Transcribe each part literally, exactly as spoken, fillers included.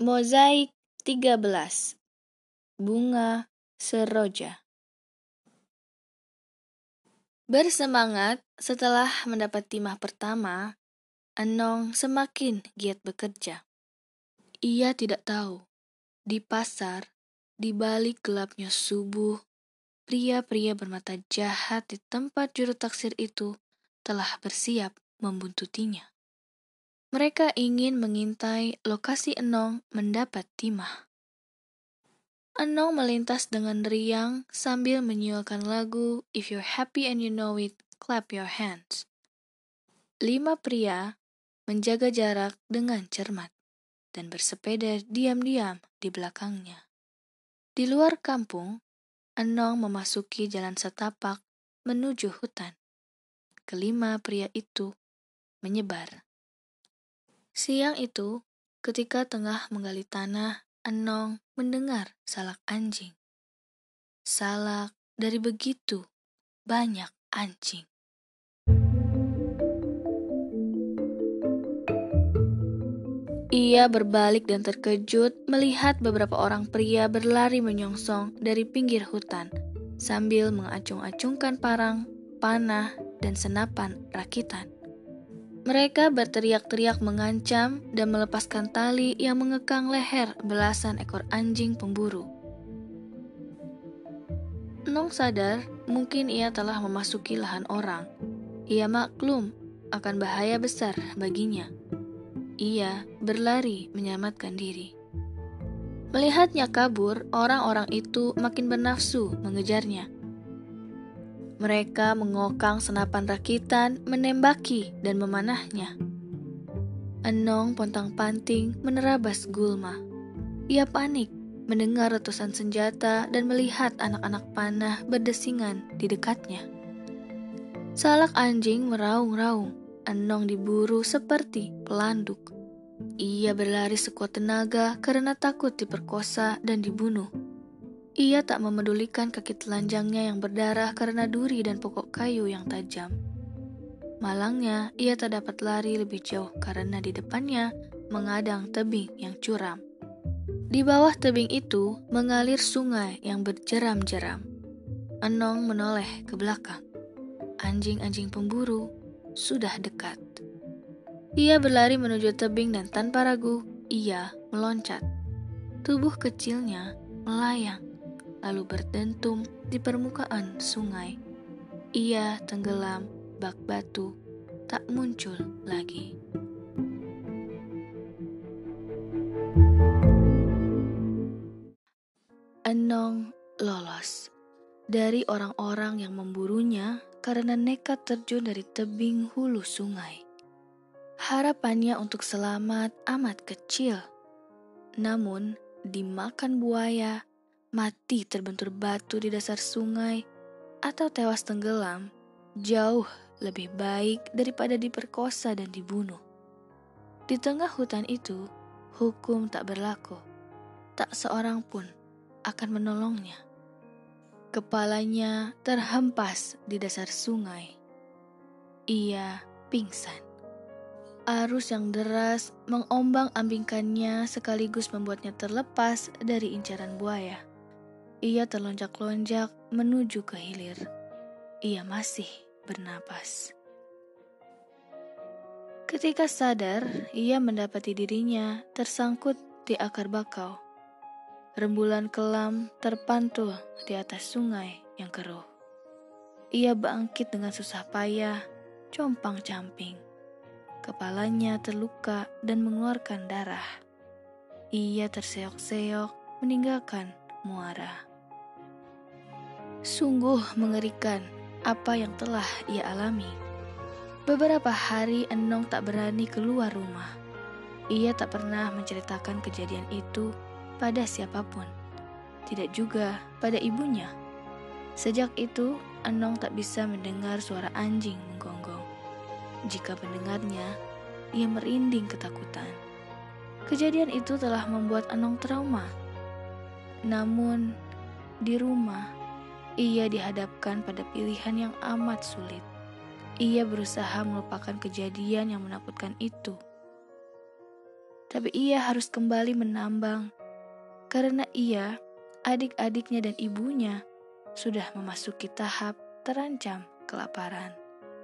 Mozaik tiga belas. Bunga seroja. Bersemangat setelah mendapat timah pertama, Enong semakin giat bekerja. Ia tidak tahu, di pasar, di balik gelapnya subuh, pria-pria bermata jahat di tempat juru taksir itu telah bersiap membuntutinya. Mereka ingin mengintai lokasi Enong mendapat timah. Enong melintas dengan riang sambil menyiulkan lagu If You're Happy and You Know It, Clap Your Hands. Lima pria menjaga jarak dengan cermat dan bersepeda diam-diam di belakangnya. Di luar kampung, Enong memasuki jalan setapak menuju hutan. Kelima pria itu menyebar. Siang itu, ketika tengah menggali tanah, Enong mendengar salak anjing. Salak dari begitu banyak anjing. Ia berbalik dan terkejut melihat beberapa orang pria berlari menyongsong dari pinggir hutan sambil mengacung-acungkan parang, panah, dan senapan rakitan. Mereka berteriak-teriak mengancam dan melepaskan tali yang mengekang leher belasan ekor anjing pemburu. Enong sadar mungkin ia telah memasuki lahan orang. Ia maklum akan bahaya besar baginya. Ia berlari menyelamatkan diri. Melihatnya kabur, orang-orang itu makin bernafsu mengejarnya. Mereka mengokang senapan rakitan, menembaki dan memanahnya. Enong pontang-panting menerabas gulma. Ia panik mendengar letusan senjata dan melihat anak-anak panah berdesingan di dekatnya. Salak anjing meraung-raung. Enong diburu seperti pelanduk. Ia berlari sekuat tenaga karena takut diperkosa dan dibunuh. Ia tak memedulikan kaki telanjangnya yang berdarah karena duri dan pokok kayu yang tajam. Malangnya, ia tak dapat lari lebih jauh karena di depannya mengadang tebing yang curam. Di bawah tebing itu mengalir sungai yang berjeram-jeram. Enong menoleh ke belakang. Anjing-anjing pemburu sudah dekat. Ia berlari menuju tebing dan tanpa ragu, ia meloncat. Tubuh kecilnya melayang, lalu berdentum di permukaan sungai. Ia tenggelam bak batu, tak muncul lagi. Enong lolos dari orang-orang yang memburunya karena nekat terjun dari tebing hulu sungai. Harapannya untuk selamat amat kecil. Namun, dimakan buaya, mati terbentur batu di dasar sungai, atau tewas tenggelam, jauh lebih baik daripada diperkosa dan dibunuh. Di tengah hutan itu, hukum tak berlaku. Tak seorang pun akan menolongnya. Kepalanya terhempas di dasar sungai. Ia pingsan. Arus yang deras mengombang-ambingkannya sekaligus membuatnya terlepas dari incaran buaya. Ia terlonjak-lonjak menuju ke hilir. Ia masih bernapas. Ketika sadar, ia mendapati dirinya tersangkut di akar bakau. Rembulan kelam terpantul di atas sungai yang keruh. Ia bangkit dengan susah payah, compang-camping. Kepalanya terluka dan mengeluarkan darah. Ia terseok-seok meninggalkan muara. Sungguh mengerikan apa yang telah ia alami. Beberapa hari Enong tak berani keluar rumah. Ia tak pernah menceritakan kejadian itu pada siapapun. Tidak juga pada ibunya. Sejak itu, Enong tak bisa mendengar suara anjing menggonggong. Jika mendengarnya, ia merinding ketakutan. Kejadian itu telah membuat Enong trauma. Namun, di rumah, ia dihadapkan pada pilihan yang amat sulit. Ia berusaha melupakan kejadian yang menakutkan itu. tapi ia harus kembali menambang karena ia, adik-adiknya dan ibunya sudah memasuki tahap terancam kelaparan.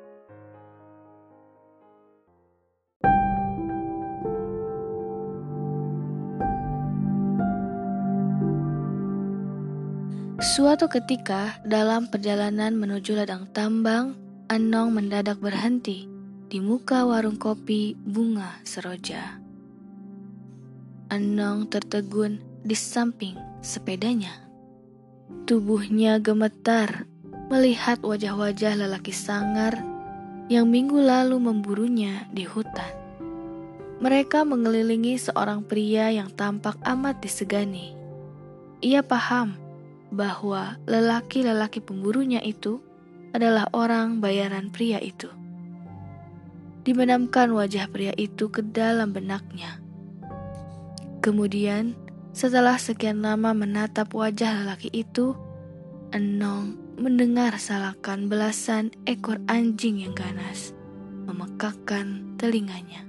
Suatu ketika dalam perjalanan menuju ladang tambang, Enong mendadak berhenti di muka warung kopi Bunga Seroja. Enong tertegun di samping sepedanya. Tubuhnya gemetar melihat wajah-wajah lelaki sangar yang minggu lalu memburunya di hutan. Mereka mengelilingi seorang pria yang tampak amat disegani. Ia paham bahwa lelaki-lelaki pemburunya itu adalah orang bayaran pria itu. Dimenamkan wajah pria itu ke dalam benaknya. Kemudian, setelah sekian lama menatap wajah lelaki itu, Enong mendengar salakan belasan ekor anjing yang ganas memekakkan telinganya.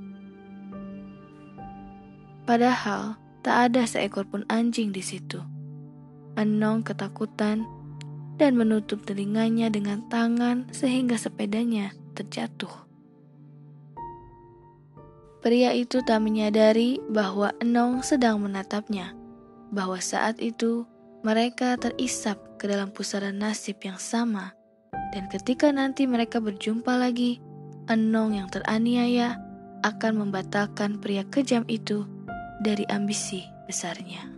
Padahal tak ada seekor pun anjing di situ. Enong ketakutan dan menutup telinganya dengan tangan sehingga sepedanya terjatuh. Pria itu tak menyadari bahwa Enong sedang menatapnya, bahwa saat itu mereka terisap ke dalam pusaran nasib yang sama, dan ketika nanti mereka berjumpa lagi, Enong yang teraniaya akan membatalkan pria kejam itu dari ambisi besarnya.